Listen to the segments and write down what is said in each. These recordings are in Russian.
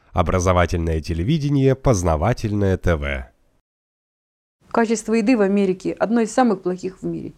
Образовательное телевидение, познавательное ТВ. Качество еды в Америке одно из самых плохих в мире.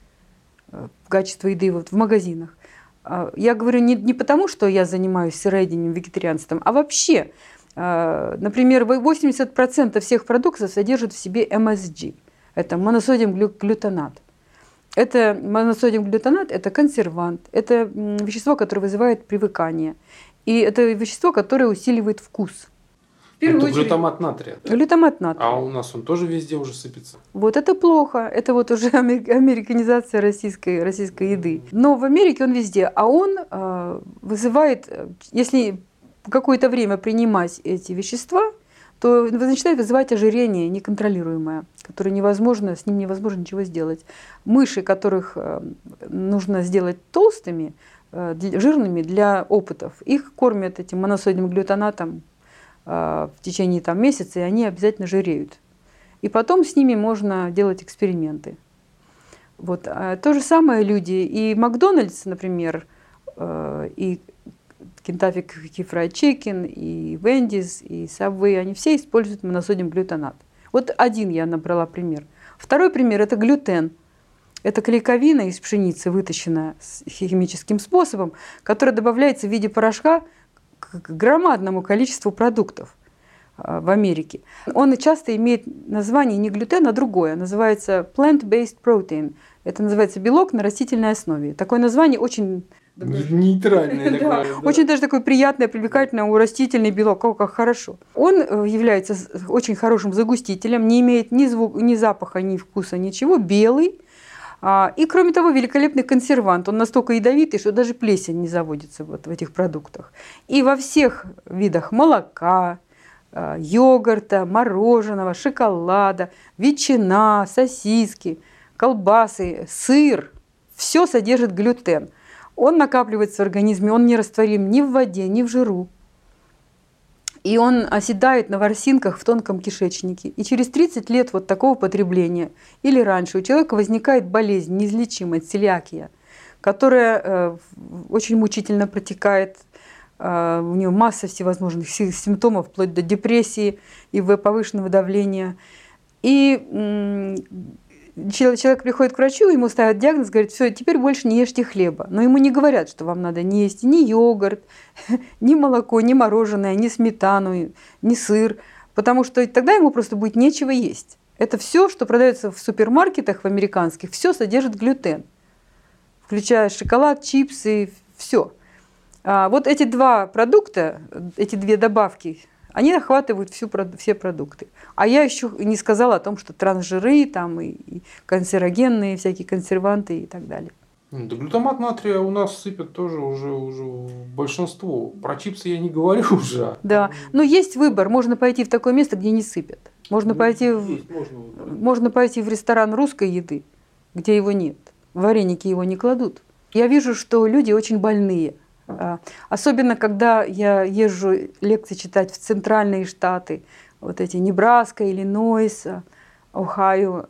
Качество еды вот в магазинах. Я говорю не потому, что я занимаюсь сыроедением, вегетарианством, а вообще. Например, 80% всех продуктов содержат в себе MSG. Это моносодиум глютонат. Это моносодиум глютонат – это консервант, это вещество, которое вызывает привыкание. И это вещество, которое усиливает вкус. Это глютамат натрия. Да? Глютамат натрия. А у нас он тоже везде уже сыпется. Вот это плохо. Это вот уже американизация российской еды. Но в Америке он везде. А он вызывает, если какое-то время принимать эти вещества, то начинает вызывать ожирение неконтролируемое, которое невозможно, с ним невозможно ничего сделать. Мыши, которых нужно сделать толстыми, жирными для опытов, их кормят этим моносодиум глютонатом в течение месяца, и они обязательно жиреют. И потом с ними можно делать эксперименты. Вот. То же самое люди. И Макдональдс, например, и Kentucky Fried Chicken, и Wendy's, и Subway, они все используют моносодиум глютонат. Вот один я набрала пример. Второй пример – это глютен. Это клейковина из пшеницы, вытащенная химическим способом, которая добавляется в виде порошка к громадному количеству продуктов в Америке. Он часто имеет название не глютен, а другое. Называется plant-based protein. Это называется белок на растительной основе. Такое название очень нейтральное такое. Да. Очень даже такое приятное, привлекательное у растительный белок. Как хорошо. Он является очень хорошим загустителем, не имеет ни запаха, ни вкуса, ничего. Белый. И, кроме того, великолепный консервант. Он настолько ядовитый, что даже плесень не заводится вот в этих продуктах. И во всех видах молока, йогурта, мороженого, шоколада, ветчина, сосиски, колбасы, сыр – все содержит глютен. Он накапливается в организме, он не растворим ни в воде, ни в жиру. И он оседает на ворсинках в тонком кишечнике. И через 30 лет вот такого потребления или раньше у человека возникает болезнь неизлечимая, целиакия, которая очень мучительно протекает. У нее масса всевозможных симптомов, вплоть до депрессии и повышенного давления. И человек приходит к врачу, ему ставят диагноз, говорит: все, теперь больше не ешьте хлеба. Но ему не говорят, что вам надо не есть ни йогурт, ни молоко, ни мороженое, ни сметану, ни сыр, потому что тогда ему просто будет нечего есть. Это все, что продается в супермаркетах в американских, все содержит глютен, включая шоколад, чипсы, все. Вот эти два продукта, эти две добавки, они охватывают все продукты. А я еще не сказала о том, что трансжиры, там, и канцерогенные, всякие консерванты и так далее. Да, глютамат натрия у нас сыпят тоже уже большинство. Про чипсы я не говорю уже. Да, но есть выбор. Можно пойти в такое место, где не сыпят. Можно пойти в ресторан русской еды, где его нет. В вареники его не кладут. Я вижу, что люди очень больные. Особенно, когда я езжу лекции читать в центральные штаты, вот эти Небраска, Иллинойс, Ohio,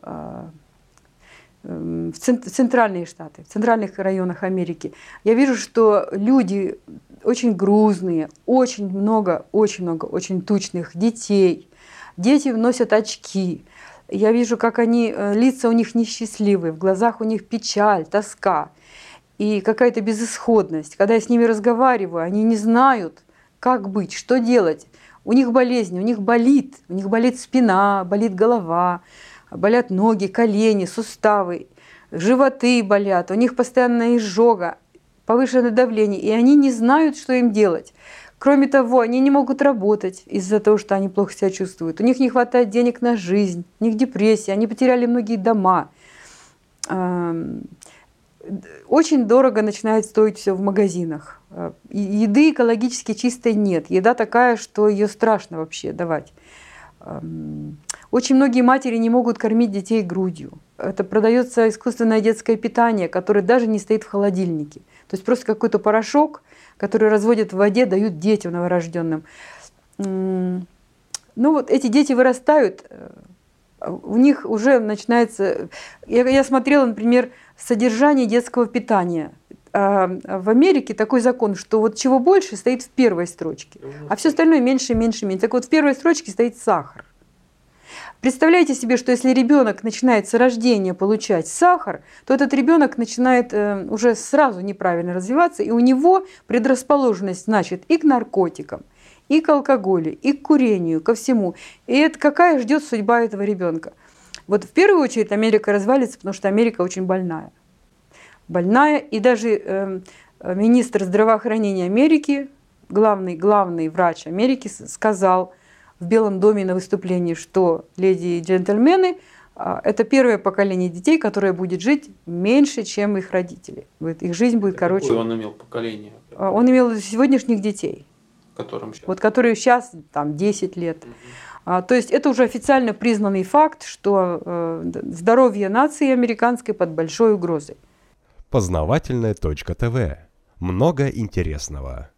в центральные штаты, в центральных районах Америки. Я вижу, что люди очень грузные, очень много очень тучных детей. Дети носят очки. Я вижу, как лица у них несчастливые, в глазах у них печаль, тоска. И какая-то безысходность. Когда я с ними разговариваю, они не знают, как быть, что делать. У них болезни, у них болит спина, болит голова, болят ноги, колени, суставы, животы болят, у них постоянная изжога, повышенное давление, и они не знают, что им делать. Кроме того, они не могут работать из-за того, что они плохо себя чувствуют. У них не хватает денег на жизнь, у них депрессия, они потеряли многие дома. Очень дорого начинает стоить все в магазинах. Еды экологически чистой нет. Еда такая, что ее страшно вообще давать. Очень многие матери не могут кормить детей грудью. Это продается искусственное детское питание, которое даже не стоит в холодильнике. То есть просто какой-то порошок, который разводят в воде, дают детям новорожденным. Ну вот эти дети вырастают, у них уже начинается... Я смотрела, например, содержание детского питания. в Америке такой закон, что вот чего больше стоит в первой строчке, а все остальное меньше, меньше, меньше. Так вот в первой строчке стоит сахар. Представляете себе, что если ребенок начинает с рождения получать сахар, то этот ребенок начинает уже сразу неправильно развиваться, и у него предрасположенность, значит, и к наркотикам, и к алкоголю, и к курению, ко всему. И это какая ждет судьба этого ребенка? Вот в первую очередь Америка развалится, потому что Америка очень больная. Больная, и даже министр здравоохранения Америки, главный врач Америки сказал в Белом доме на выступлении, что леди и джентльмены, это первое поколение детей, которое будет жить меньше, чем их родители. Их жизнь будет короче. Какое он имел поколение? Он имел сегодняшних детей, которые сейчас там 10 лет. То есть это уже официально признанный факт, что здоровье нации американской под большой угрозой. Познавательная точка ТВ. Много интересного.